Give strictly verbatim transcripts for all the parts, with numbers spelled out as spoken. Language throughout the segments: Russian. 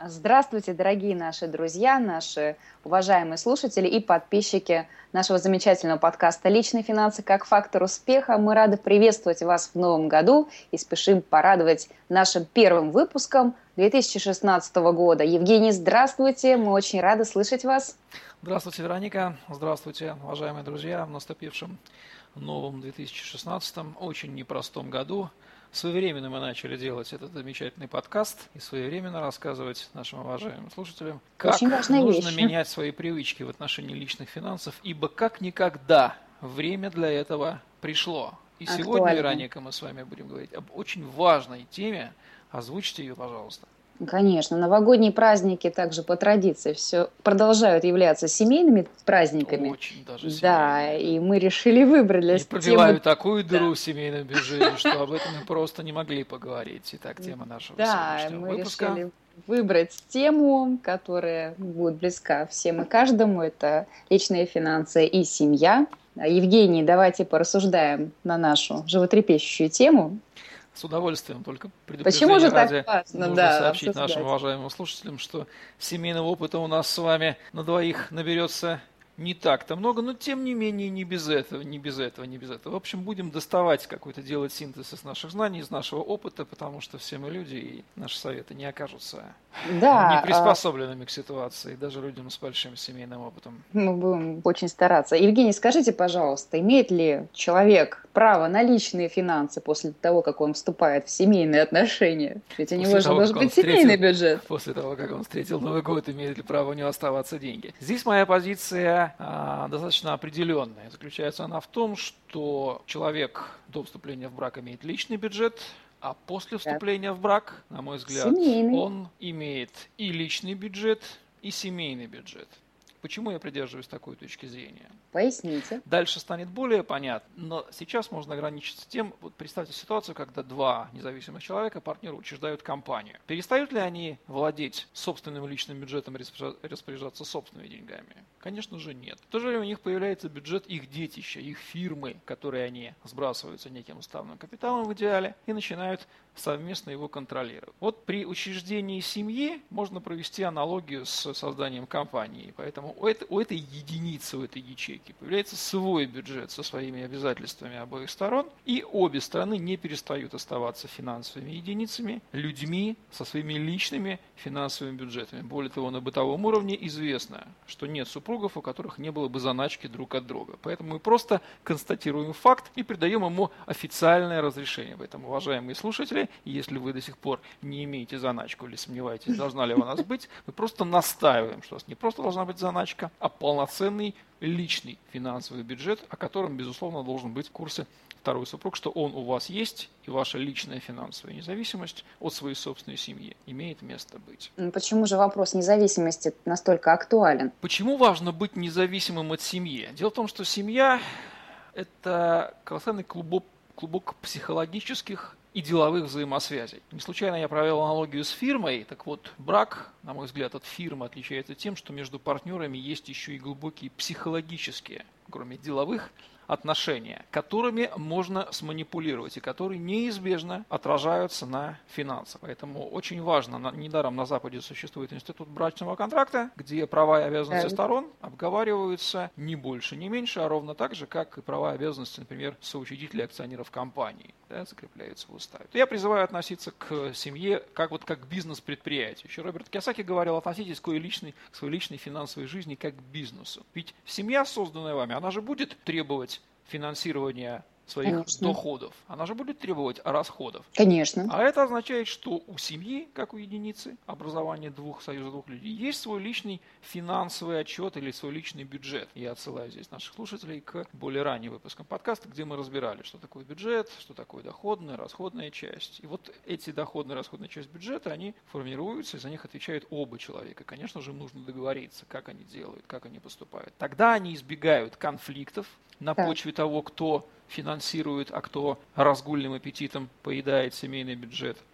Здравствуйте, дорогие наши друзья, наши уважаемые слушатели и подписчики нашего замечательного подкаста «Личные финансы как фактор успеха». Мы рады приветствовать вас в новом году и спешим порадовать нашим первым выпуском две тысячи шестнадцатого года. Евгений, здравствуйте, мы очень рады слышать вас. Здравствуйте, Вероника. Здравствуйте, уважаемые друзья, в наступившем новом две тысячи шестнадцатом, очень непростом году. Своевременно мы начали делать этот замечательный подкаст и своевременно рассказывать нашим уважаемым слушателям, как нужно вещь. менять свои привычки в отношении личных финансов, ибо как никогда время для этого пришло. И Актуально. Сегодня, Вероника, мы с вами будем говорить об очень важной теме. Озвучьте ее, пожалуйста. Конечно, новогодние праздники также по традиции все продолжают являться семейными праздниками. Очень даже семейными. Да, и мы решили выбрать для И пробиваю темы... такую дыру да. в семейном бюджете, что об этом мы просто не могли поговорить. Итак, тема нашего да, сегодняшнего мы выпуска. решили выбрать тему, которая будет близка всем и каждому. Это личные финансы и семья. Евгений, давайте порассуждаем на нашу животрепещущую тему. С удовольствием, только Почему предупреждение же ради так важно, нужно да, сообщить обсуждать? нашим уважаемым слушателям, что семейного опыта у нас с вами на двоих наберется не так-то много, но тем не менее не без этого, не без этого, не без этого. В общем, будем доставать какой-то, делать синтез из наших знаний, из нашего опыта, потому что все мы люди, и наши советы не окажутся да, не приспособленными а... к ситуации, даже людям с большим семейным опытом. Мы будем очень стараться. Евгений, скажите, пожалуйста, имеет ли человек право на личные финансы после того, как он вступает в семейные отношения? Ведь у него же должен быть встретил, семейный бюджет. После того, как он встретил Новый год, имеет ли право у него оставаться деньги? Здесь моя позиция а, достаточно определенная. Заключается она в том, что человек до вступления в брак имеет личный бюджет, а после вступления в брак, на мой взгляд, семейный. Он имеет и личный бюджет, и семейный бюджет. Почему я придерживаюсь такой точки зрения? Поясните. Дальше станет более понятно, но сейчас можно ограничиться тем, вот представьте ситуацию, когда два независимых человека, партнеры, учреждают компанию. Перестают ли они владеть собственным личным бюджетом, распоряжаться собственными деньгами? Конечно же нет. В то же время у них появляется бюджет их детища, их фирмы, которые они сбрасываются неким уставным капиталом в идеале и начинают совместно его контролировать. Вот при учреждении семьи можно провести аналогию с созданием компании. Поэтому у этой, у этой единицы, у этой ячейки появляется свой бюджет со своими обязательствами обоих сторон, и обе стороны не перестают оставаться финансовыми единицами, людьми со своими личными финансовыми бюджетами. Более того, на бытовом уровне известно, что нет супругов, у которых не было бы заначки друг от друга. Поэтому мы просто констатируем факт и придаем ему официальное разрешение. Поэтому, уважаемые слушатели, если вы до сих пор не имеете заначку или сомневаетесь, должна ли у нас быть, мы просто настаиваем, что у вас не просто должна быть заначка, а полноценный личный финансовый бюджет, о котором, безусловно, должен быть в курсе второй супруг, что он у вас есть, и ваша личная финансовая независимость от своей собственной семьи имеет место быть. Почему же вопрос независимости настолько актуален? Почему важно быть независимым от семьи? Дело в том, что семья – это колоссальный клубок, клубок психологических и деловых взаимосвязей. Не случайно я провел аналогию с фирмой. Так вот, брак, на мой взгляд, от фирмы отличается тем, что между партнерами есть еще и глубокие психологические, кроме деловых, отношения, которыми можно сманипулировать и которые неизбежно отражаются на финансах. Поэтому очень важно, недаром на Западе существует институт брачного контракта, где права и обязанности сторон обговариваются не больше, не меньше, а ровно так же, как и права и обязанности, например, соучредителей акционеров компании, да, закрепляются в уставе. Я призываю относиться к семье как, вот, как к бизнес-предприятию. Еще Роберт Кийосаки говорил, относитесь к своей, личной, к своей личной финансовой жизни как к бизнесу. Ведь семья, созданная вами, она же будет требовать финансирования своих Конечно. доходов. Она же будет требовать расходов. Конечно. А это означает, что у семьи, как у единицы, образования двух, союза двух людей, есть свой личный финансовый отчет или свой личный бюджет. Я отсылаю здесь наших слушателей к более ранним выпускам подкаста, где мы разбирали, что такое бюджет, что такое доходная, расходная часть. И вот эти доходная и расходная часть бюджета, они формируются, и за них отвечают оба человека. Конечно же, им нужно договориться, как они делают, как они поступают. Тогда они избегают конфликтов на Так. почве того, кто финансирует, а кто разгульным аппетитом поедает семейный бюджет.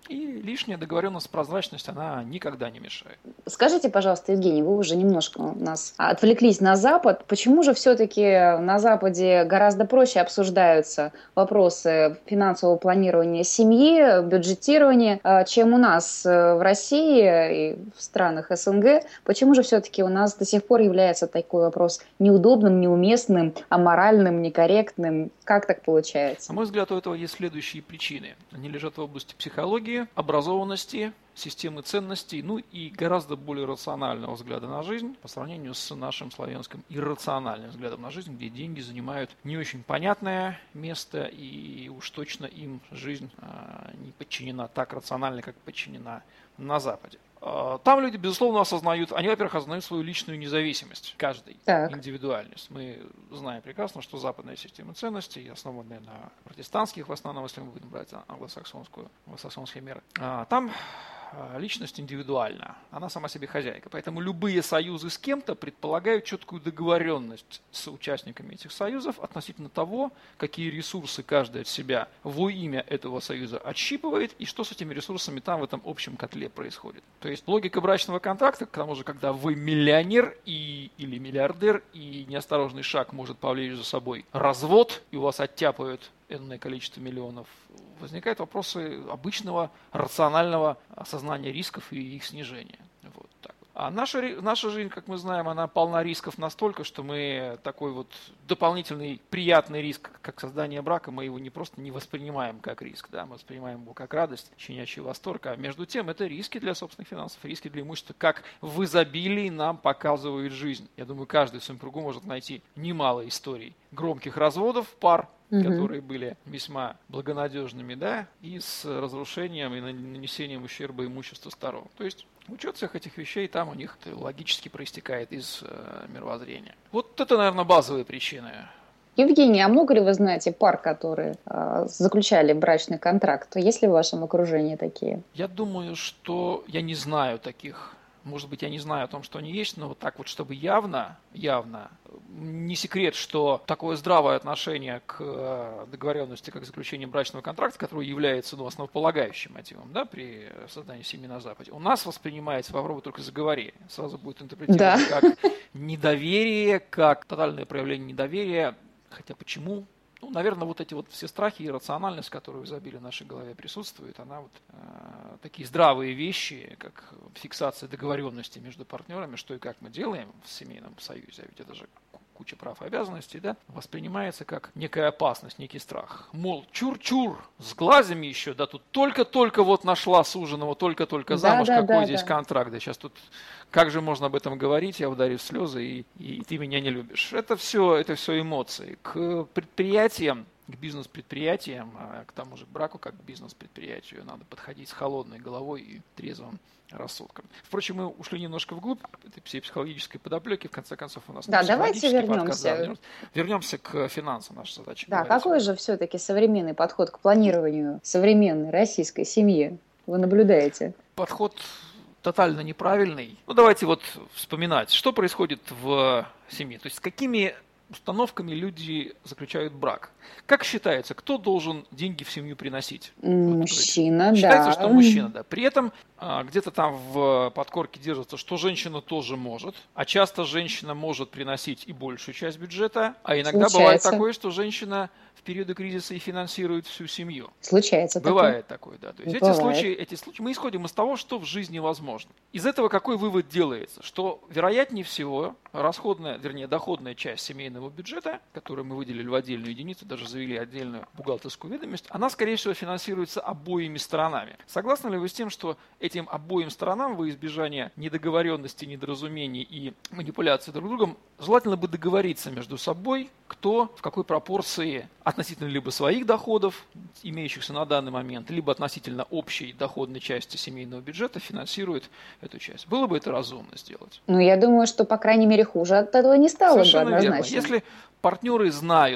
И лишняя договоренность, прозрачность, она никогда не мешает. Скажите, пожалуйста, Евгений, вы уже немножко у нас отвлеклись на Запад. Почему же все-таки на Западе гораздо проще обсуждаются вопросы финансового планирования семьи, бюджетирования, чем у нас в России и в странах СНГ? Почему же все-таки у нас до сих пор является такой вопрос неудобным, неуместным, аморальным, некорректным? Как так получается? На мой взгляд, у этого есть следующие причины. Они лежат в области психологии, образованности, системы ценностей, ну и гораздо более рационального взгляда на жизнь по сравнению с нашим славянским иррациональным взглядом на жизнь, где деньги занимают не очень понятное место, и уж точно им жизнь а, не подчинена так рационально, как подчинена на Западе. Там люди, безусловно, осознают, они, во-первых, осознают свою личную независимость, каждый, так. индивидуальность. Мы знаем прекрасно, что западная система ценностей, основанная на протестантских, в основном, если мы будем брать англосаксонскую, англосаксонские меры, там личность индивидуальна, она сама себе хозяйка. Поэтому любые союзы с кем-то предполагают четкую договоренность с участниками этих союзов относительно того, какие ресурсы каждый от себя во имя этого союза отщипывает и что с этими ресурсами там в этом общем котле происходит. То есть логика брачного контракта, к тому же, когда вы миллионер и, или миллиардер, и неосторожный шаг может повлечь за собой развод, и у вас оттяпают энное количество миллионов, возникают вопросы обычного рационального осознания рисков и их снижения. Вот так. А наша, наша жизнь, как мы знаем, она полна рисков настолько, что мы такой вот дополнительный приятный риск, как создание брака, мы его не просто не воспринимаем как риск, да, мы воспринимаем его как радость, щенячий восторг, а между тем это риски для собственных финансов, риски для имущества, как в изобилии нам показывает жизнь. Я думаю, каждый в своем кругу может найти немало историй громких разводов пар, угу. которые были весьма благонадежными, да, и с разрушением и нанесением ущерба имуществу сторон. То есть учет всех этих вещей там у них логически проистекает из э, мировоззрения. Вот это, наверное, базовые причины. Евгений, а много ли вы знаете пар, которые э, заключали брачный контракт? Есть ли в вашем окружении такие? Я думаю, что я не знаю таких. Может быть, я не знаю о том, что они есть, но вот так вот, чтобы явно, явно, не секрет, что такое здравое отношение к договоренности, как заключение брачного контракта, которое является, ну, основополагающим мотивом, да, при создании семьи на Западе, у нас воспринимается, попробуй только заговори, сразу будет интерпретировано да. как недоверие, как тотальное проявление недоверия, хотя почему? Ну, наверное, вот эти вот все страхи и рациональность, которые в изобилии в нашей голове присутствует, она вот э, такие здравые вещи, как фиксация договоренности между партнерами, что и как мы делаем в семейном союзе, а ведь это же куча прав и обязанностей, да, воспринимается как некая опасность, некий страх. Мол, чур-чур, с глазами еще, да, тут только-только вот нашла суженого, только-только замуж, да, да, какой да, здесь да. контракт, да, сейчас тут, как же можно об этом говорить, я ударю в слезы, и, и ты меня не любишь. Это все, это все эмоции. К предприятиям, к бизнес-предприятиям, а к тому же к браку, как к бизнес-предприятию, надо подходить с холодной головой и трезвым рассудком. Впрочем, мы ушли немножко вглубь этой всей психологической подоплеки. В конце концов, у нас да, давайте вернемся. Подкаст, да, вернемся к финансам, наша задача. Да, какой же все-таки современный подход к планированию современной российской семьи вы наблюдаете? Подход тотально неправильный. Ну, давайте вот вспоминать, что происходит в семье. То есть, с какими установками люди заключают брак. Как считается, кто должен деньги в семью приносить? Мужчина, вот, да. Считается, что мужчина, да. При этом а, где-то там в подкорке держится, что женщина тоже может, а часто женщина может приносить и большую часть бюджета, а иногда Случается. бывает такое, что женщина в периоды кризиса и финансирует всю семью. Случается Бывает такое, такое да. То есть Бывает. эти случаи, эти случаи, мы исходим из того, что в жизни возможно. Из этого какой вывод делается? Что, вероятнее всего, расходная, вернее, доходная часть семейного бюджета, которую мы выделили в отдельную единицу, даже завели отдельную бухгалтерскую ведомость, она, скорее всего, финансируется обоими сторонами. Согласны ли вы с тем, что этим обоим сторонам во избежание недоговоренности, недоразумений и манипуляции друг с другом желательно бы договориться между собой, кто в какой пропорции относительно либо своих доходов, имеющихся на данный момент, либо относительно общей доходной части семейного бюджета финансирует эту часть. Было бы это разумно сделать? Ну, я думаю, что, по крайней мере, хуже от этого не стало Совершенно бы однозначно. Верно. Если партнеры знают,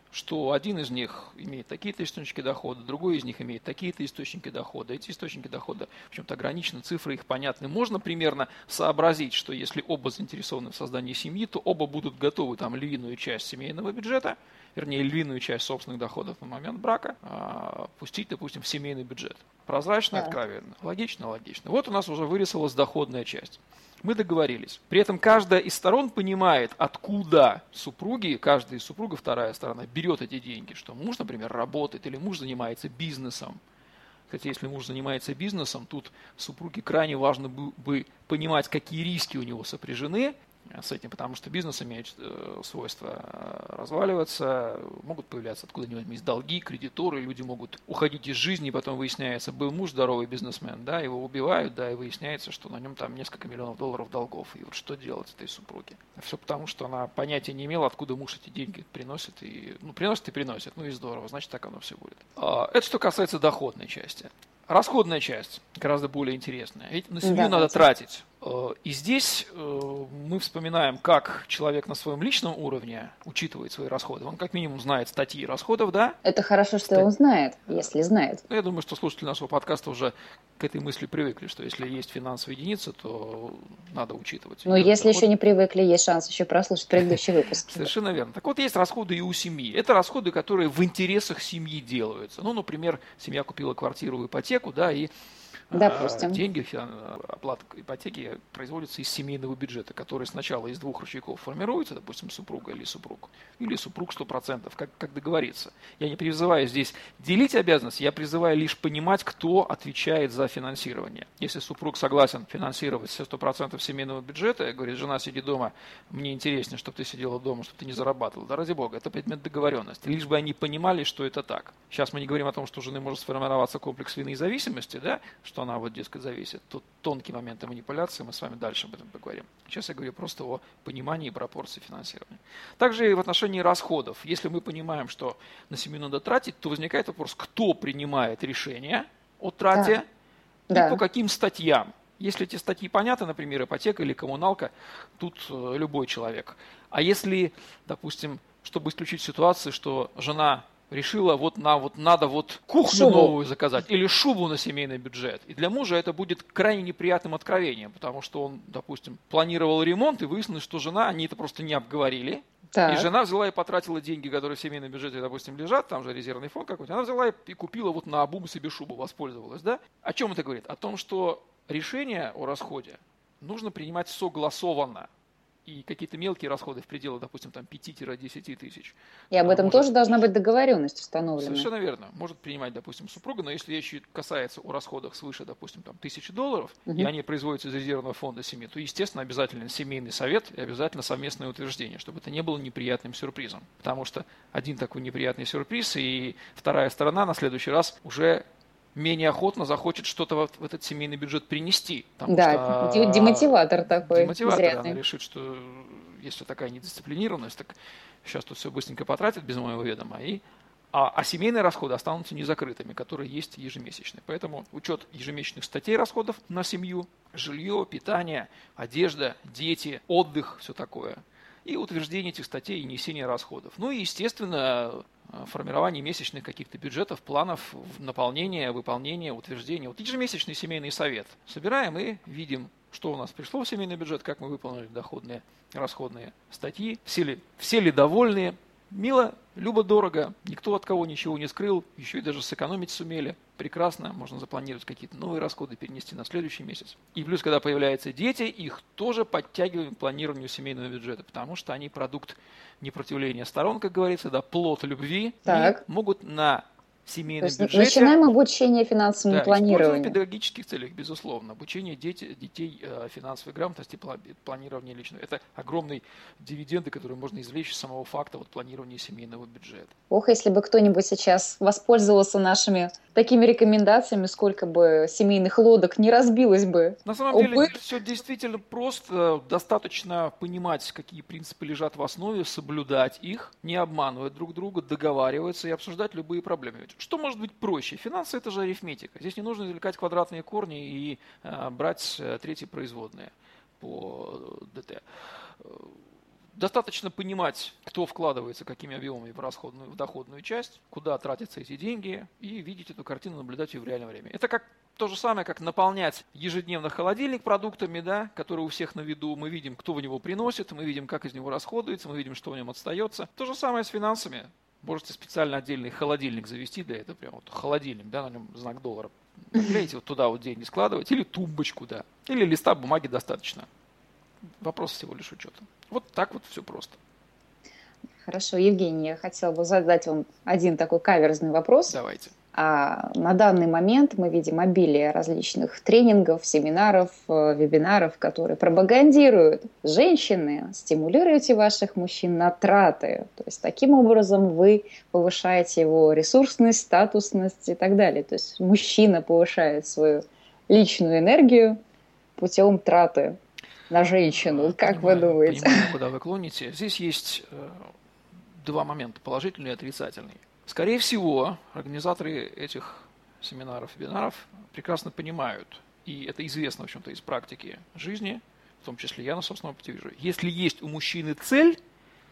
что один из них имеет такие-то источники дохода, другой из них имеет такие-то источники дохода. Эти источники дохода в чем-то ограничены, цифры их понятны. Можно примерно сообразить, что если оба заинтересованы в создании семьи, то оба будут готовы там львиную часть семейного бюджета, вернее, львиную часть собственных доходов на момент брака а, пустить, допустим, в семейный бюджет. Прозрачно, Да. откровенно. Логично, логично. Вот у нас уже вырисовалась доходная часть. Мы договорились. При этом каждая из сторон понимает, откуда супруги, каждая из супругов, вторая сторона, берет эти деньги. Что муж, например, работает или муж занимается бизнесом. Хотя если муж занимается бизнесом, тут супруге крайне важно бы понимать, какие риски у него сопряжены с этим, потому что бизнес имеет э, свойство разваливаться, могут появляться откуда-нибудь есть долги, кредиторы, люди могут уходить из жизни, и потом выясняется, был муж здоровый бизнесмен, да, его убивают, да, и выясняется, что на нем там несколько миллионов долларов долгов, и вот что делать этой супруге? Все потому, что она понятия не имела, откуда муж эти деньги приносит, и, ну, приносит и приносит, ну и здорово, значит, так оно все будет. А, это что касается доходной части. Расходная часть гораздо более интересная. Ведь на семью Да, надо да. тратить. И здесь мы вспоминаем, как человек на своем личном уровне учитывает свои расходы. Он как минимум знает статьи расходов, да? Это хорошо, что Ста- он знает, если знает. Я думаю, что слушатели нашего подкаста уже к этой мысли привыкли, что если есть финансовая единица, то надо учитывать. Но её если доход. еще не привыкли, есть шанс еще прослушать предыдущий выпуск. Совершенно верно. Так вот, есть расходы и у семьи. Это расходы, которые в интересах семьи делаются. Ну, например, семья купила квартиру в ипотеку, да, и Допустим. деньги, оплата ипотеки производится из семейного бюджета, который сначала из двух ручейков формируется, допустим, супруга или супруг, или супруг сто процентов, как, как договориться. Я не призываю здесь делить обязанности, я призываю лишь понимать, кто отвечает за финансирование. Если супруг согласен финансировать все сто процентов семейного бюджета, говорит, жена, сиди дома, мне интереснее, чтобы ты сидела дома, чтобы ты не зарабатывала. Да ради бога, это предмет договоренности. Лишь бы они понимали, что это так. Сейчас мы не говорим о том, что у жены может сформироваться комплекс вины и зависимости, да, что она вот, дескать, зависит. Тут тонкие моменты манипуляции, мы с вами дальше об этом поговорим. Сейчас я говорю просто о понимании и пропорции финансирования. Также и в отношении расходов. Если мы понимаем, что на семью надо тратить, то возникает вопрос, кто принимает решение о трате Да. и Да. по каким статьям. Если эти статьи понятны, например, ипотека или коммуналка, тут э, любой человек. А если, допустим, чтобы исключить ситуацию, что жена решила, вот, на, вот надо вот кухню Шубу. новую заказать или шубу на семейный бюджет. И для мужа это будет крайне неприятным откровением, потому что он, допустим, планировал ремонт, и выяснилось, что жена, они это просто не обговорили. Так. И жена взяла и потратила деньги, которые в семейном бюджете, допустим, лежат, там же резервный фонд какой-то. Она взяла и купила вот наобум себе шубу, воспользовалась, да? О чем это говорит? О том, что решение о расходе нужно принимать согласованно. И какие-то мелкие расходы в пределах, допустим, там пяти-десяти тысяч. И об этом может, тоже должна быть договоренность установлена. Совершенно верно. Может принимать, допустим, супруга, но если речь касается о расходах свыше, допустим, там, тысячи долларов, Мгм. и они производятся из резервного фонда семьи, то, естественно, обязательно семейный совет и обязательно совместное утверждение, чтобы это не было неприятным сюрпризом. Потому что один такой неприятный сюрприз, и вторая сторона на следующий раз уже менее охотно захочет что-то в этот семейный бюджет принести. потому Да, что- де- демотиватор такой Демотиватор, изрядный. она решит, что если такая недисциплинированность, так сейчас тут все быстренько потратит без моего ведома, и, а, а семейные расходы останутся незакрытыми, которые есть ежемесячные. Поэтому учет ежемесячных статей расходов на семью, жилье, питание, одежда, дети, отдых, все такое. И утверждение этих статей и несение расходов. Ну и, естественно, формирование месячных каких-то бюджетов, планов, наполнения, выполнения, утверждения. Вот ежемесячный семейный совет. Собираем и видим, что у нас пришло в семейный бюджет, как мы выполнили доходные, расходные статьи, все ли, все ли довольны, мило, любо-дорого, никто от кого ничего не скрыл, еще и даже сэкономить сумели. Прекрасно, можно запланировать какие-то новые расходы, перенести на следующий месяц. И плюс, когда появляются дети, их тоже подтягиваем к планированию семейного бюджета, потому что они продукт непротивления сторон, как говорится, да, плод любви, Так. и могут на То семейном есть бюджете... начинаем обучение финансовому Да, используем в планированию. педагогических целях, безусловно. Обучение дети, детей э, финансовой грамотности, пла- планирование личного. Это огромные дивиденды, которые можно извлечь из самого факта вот, планирования семейного бюджета. Ох, если бы кто-нибудь сейчас воспользовался нашими такими рекомендациями, сколько бы семейных лодок не разбилось бы. На самом О, деле вы- все действительно просто. Достаточно понимать, какие принципы лежат в основе, соблюдать их, не обманывать друг друга, договариваться и обсуждать любые проблемы. Ведь что может быть проще? Финансы – это же арифметика. Здесь не нужно извлекать квадратные корни и э, брать э, третьи производные по ДТ. Достаточно понимать, кто вкладывается какими объемами в расходную, в доходную часть, куда тратятся эти деньги, и видеть эту картину, наблюдать ее в реальном времени. Это как то же самое, как наполнять ежедневно холодильник продуктами, да, которые у всех на виду. Мы видим, кто в него приносит, мы видим, как из него расходуется, мы видим, что в нем остается. То же самое с финансами. Можете специально отдельный холодильник завести для этого, прям вот холодильник, да, на нем знак доллара. Наклеите, вот туда вот деньги складывать, или тумбочку, да, или листа бумаги достаточно. Вопрос всего лишь учета. Вот так вот все просто. Хорошо, Евгений, я хотела бы задать вам один такой каверзный вопрос. Давайте. А на данный момент мы видим обилие различных тренингов, семинаров, вебинаров, которые пропагандируют: женщины, стимулируйте ваших мужчин на траты. То есть таким образом вы повышаете его ресурсность, статусность и так далее. То есть мужчина повышает свою личную энергию путем траты на женщину. Как понимаю, вы думаете? Понимаю, куда вы клоните. Здесь есть э, два момента, положительный и отрицательный. Скорее всего, организаторы этих семинаров, вебинаров прекрасно понимают, и это известно, в общем-то, из практики жизни, в том числе я на собственном опыте вижу, если есть у мужчины цель,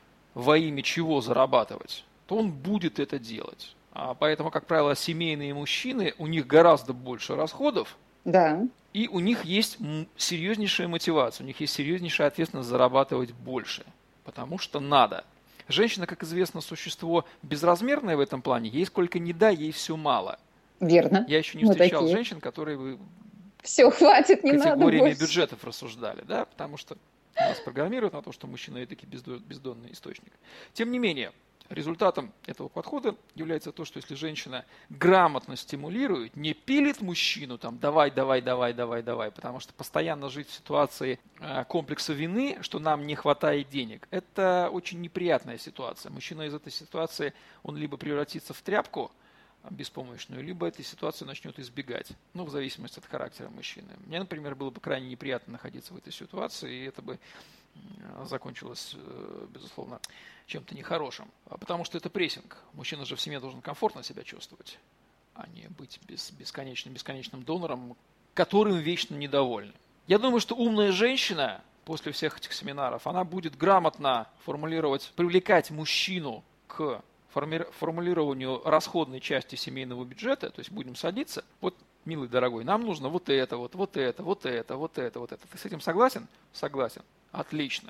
во имя чего зарабатывать, то он будет это делать. А поэтому, как правило, семейные мужчины, у них гораздо больше расходов, Да. и у них есть серьезнейшая мотивация, у них есть серьезнейшая ответственность зарабатывать больше, потому что надо. Женщина, как известно, существо безразмерное в этом плане, ей сколько ни дай, ей все мало. Верно. Я еще не Мы встречал такие. женщин, которые бы Все, хватит, не надо категориями больше. бюджетов рассуждали, да, потому что нас программируют на то, что мужчина – это таки бездонный источник. Тем не менее, результатом этого подхода является то, что если женщина грамотно стимулирует, не пилит мужчину, там, давай, давай, давай, давай, давай, потому что постоянно жить в ситуации э, комплекса вины, что нам не хватает денег, это очень неприятная ситуация. Мужчина из этой ситуации, он либо превратится в тряпку беспомощную, либо этой ситуации начнет избегать, ну, в зависимости от характера мужчины. Мне, например, было бы крайне неприятно находиться в этой ситуации, и это бы закончилось, безусловно, чем-то нехорошим. Потому что это прессинг. Мужчина же в семье должен комфортно себя чувствовать, а не быть бес, бесконечным, бесконечным донором, которым вечно недовольны. Я думаю, что умная женщина после всех этих семинаров, она будет грамотно формулировать, привлекать мужчину к формулированию расходной части семейного бюджета, то есть будем садиться, вот, милый дорогой, нам нужно вот это, вот, вот это, вот это, вот это, вот это. Ты с этим согласен? Согласен. Отлично.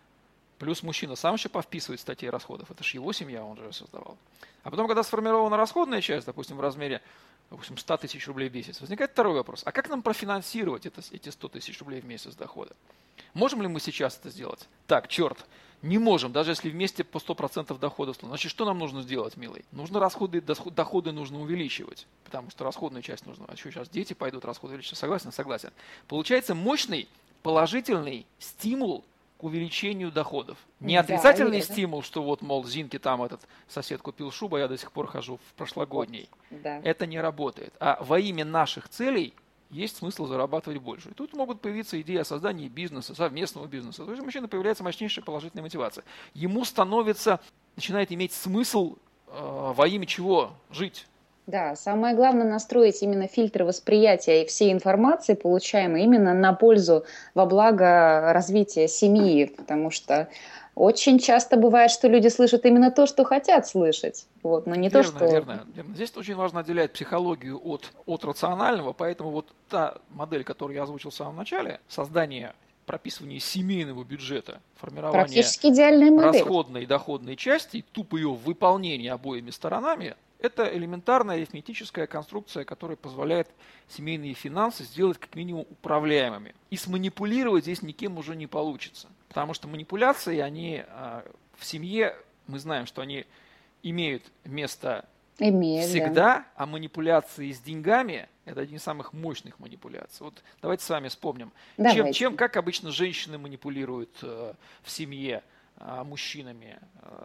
Плюс мужчина сам еще повписывает статьи расходов. Это же его семья, он же создавал. А потом, когда сформирована расходная часть, допустим, в размере допустим, сто тысяч рублей в месяц, возникает второй вопрос. А как нам профинансировать это, эти сто тысяч рублей в месяц дохода? Можем ли мы сейчас это сделать? Так, черт, не можем, даже если вместе по сто процентов дохода. Значит, что нам нужно сделать, милый? Нужно расходы, доходы нужно увеличивать, потому что расходную часть нужно. А что, сейчас дети пойдут, расходы увеличивать? Согласен? Согласен. Получается мощный положительный стимул к увеличению доходов. Не отрицательный да, стимул, что вот, мол, Зинке там этот сосед купил шубу, а я до сих пор хожу в прошлогодней. Вот, да. Это не работает. А во имя наших целей есть смысл зарабатывать больше. И тут могут появиться идеи о создании бизнеса, совместного бизнеса. То есть у мужчины появляется мощнейшая положительная мотивация. Ему становится, начинает иметь смысл э, во имя чего жить. Да, самое главное настроить именно фильтр восприятия всей информации, получаемой именно на пользу, во благо развития семьи, потому что очень часто бывает, что люди слышат именно то, что хотят слышать, вот, но не верно, то, что... Верно, верно. Здесь очень важно отделять психологию от, от рационального, поэтому вот та модель, которую я озвучил в самом начале, создание, прописывание семейного бюджета, формирование расходной и доходной части, и тупо ее выполнение обоими сторонами, это элементарная арифметическая конструкция, которая позволяет семейные финансы сделать как минимум управляемыми. И сманипулировать здесь никем уже не получится. Потому что манипуляции, они в семье, мы знаем, что они имеют место Имеет, всегда, да. А манипуляции с деньгами – это один из самых мощных манипуляций. Вот давайте с вами вспомним, чем, чем, как обычно женщины манипулируют в семье мужчинами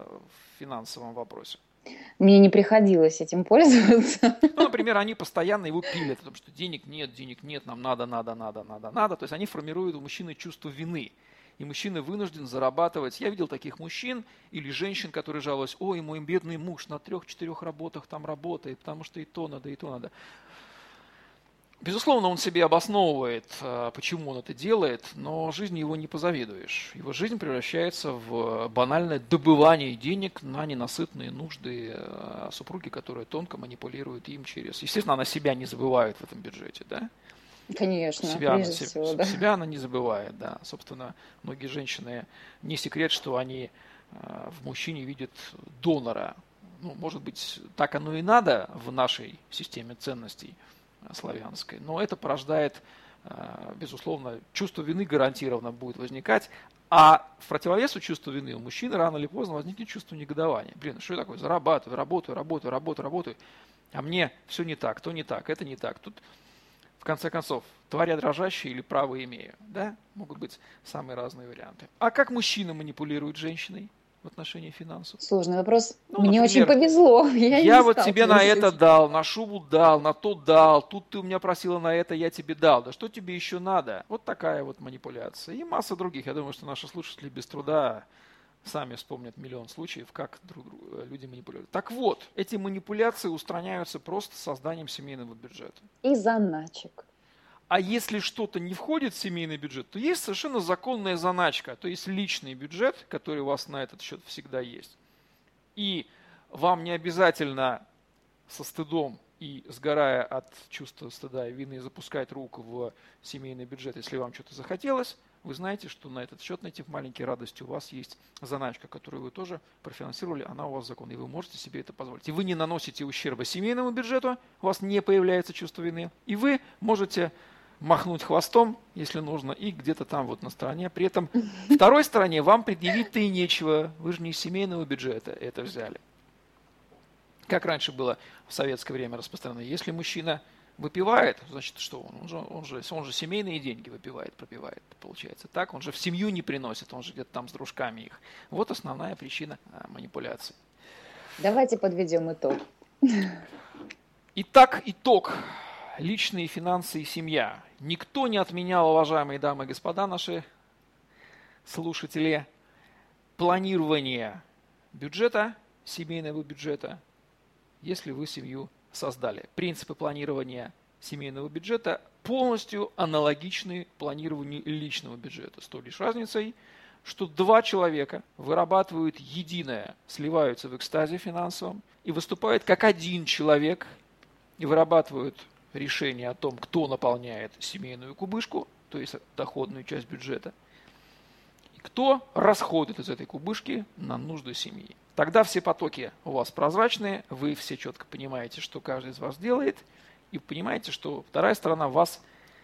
в финансовом вопросе. Мне не приходилось этим пользоваться. Ну, например, они постоянно его пилят, потому что денег нет, денег нет, нам надо, надо, надо, надо, надо. То есть они формируют у мужчины чувство вины. И мужчина вынужден зарабатывать. Я видел таких мужчин или женщин, которые жалуются: ой, мой бедный муж на трех-четырех работах там работает, потому что и то надо, и то надо. Безусловно, он себе обосновывает, почему он это делает, но жизни его не позавидуешь. Его жизнь превращается в банальное добывание денег на ненасытные нужды супруги, которая тонко манипулирует им через... Естественно, она себя не забывает в этом бюджете, да? Конечно, себя, прежде она, всего, да. Себя она не забывает, да. Собственно, многие женщины, не секрет, что они в мужчине видят донора. Ну, может быть, так оно и надо в нашей системе ценностей славянской, но это порождает, безусловно, чувство вины гарантированно будет возникать, а в противовесу чувству вины у мужчины рано или поздно возникнет чувство негодования. Блин, что я такое, зарабатываю, работаю, работаю, работаю, работаю, а мне все не так, то не так, это не так. Тут, в конце концов, тварь я дрожащая или право имею, да? Могут быть самые разные варианты. А как мужчина манипулирует женщиной в отношении финансов? Сложный вопрос. Ну, Мне например, очень повезло. Я, я не вот тебе на это этим. дал, на шубу дал, на то дал, тут ты у меня просила на это, я тебе дал. Да что тебе еще надо? Вот такая вот манипуляция. И масса других. Я думаю, что наши слушатели без труда сами вспомнят миллион случаев, как друг друга люди манипулируют. Так вот, эти манипуляции устраняются просто созданием семейного бюджета. И заначек. А если что-то не входит в семейный бюджет, то есть совершенно законная заначка, то есть личный бюджет, который у вас на этот счет всегда есть. И вам не обязательно со стыдом и сгорая от чувства стыда и вины запускать руку в семейный бюджет, если вам что-то захотелось. Вы знаете, что на этот счет, на эти маленькие радости у вас есть заначка, которую вы тоже профинансировали, она у вас законная, и вы можете себе это позволить. И вы не наносите ущерба семейному бюджету, у вас не появляется чувство вины, и вы можете махнуть хвостом, если нужно, и где-то там вот на стороне. При этом второй стороне вам предъявить-то и нечего. Вы же не из семейного бюджета это взяли. Как раньше было в советское время распространено. Если мужчина выпивает, значит что он? Он же, он же, он же семейные деньги выпивает, пропивает, получается так. Он же в семью не приносит, он же где-то там с дружками их. Вот основная причина а, манипуляции. Давайте подведем итог. Итак, итог. Личные финансы и семья. Никто не отменял, уважаемые дамы и господа, наши слушатели, планирование бюджета, семейного бюджета, если вы семью создали. Принципы планирования семейного бюджета полностью аналогичны планированию личного бюджета. С той лишь разницей, что два человека вырабатывают единое, сливаются в экстазе финансовом и выступают как один человек и вырабатывают решение о том, кто наполняет семейную кубышку, то есть доходную часть бюджета, и кто расходует из этой кубышки на нужды семьи. Тогда все потоки у вас прозрачные, вы все четко понимаете, что каждый из вас делает, и понимаете, что вторая сторона вас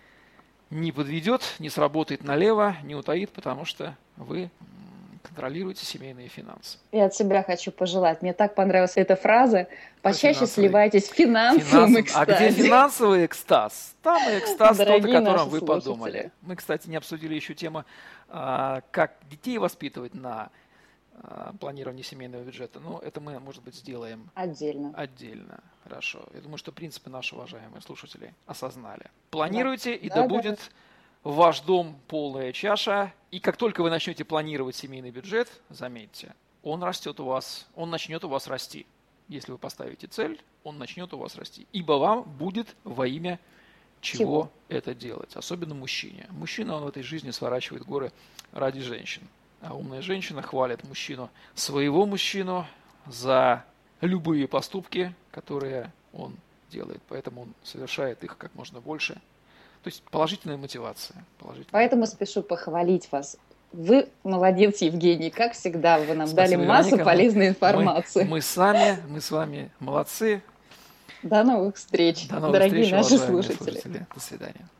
не подведет, не сработает налево, не утаит, потому что вы контролируете семейные финансы. Я от себя хочу пожелать. Мне так понравилась эта фраза. Почаще финансовый. сливайтесь в финансовом Финансов... экстазе. А где финансовый экстаз? Там и экстаз тот, о котором вы слушатели. подумали. Мы, кстати, не обсудили еще тему, как детей воспитывать на планирование семейного бюджета. Но это мы, может быть, сделаем отдельно. Отдельно. Хорошо. Я думаю, что принципы наши уважаемые слушатели осознали. Планируйте, да. и да, да будет... Да. Ваш дом полная чаша, и как только вы начнете планировать семейный бюджет, заметьте, он растет у вас, он начнет у вас расти. Если вы поставите цель, он начнет у вас расти. Ибо вам будет во имя чего, чего? это делать. Особенно мужчине. Мужчина, он в этой жизни сворачивает горы ради женщин. А умная женщина хвалит мужчину, своего мужчину, за любые поступки, которые он делает. Поэтому он совершает их как можно больше. То есть положительная мотивация. Положительная. Поэтому спешу похвалить вас. Вы молодец, Евгений. Как всегда, вы нам Спасибо, дали массу Вероника. полезной информации. Мы, мы, с вами, мы с вами молодцы. До новых встреч, До новых дорогие встреч, наши уважаемые слушатели. слушатели. До свидания.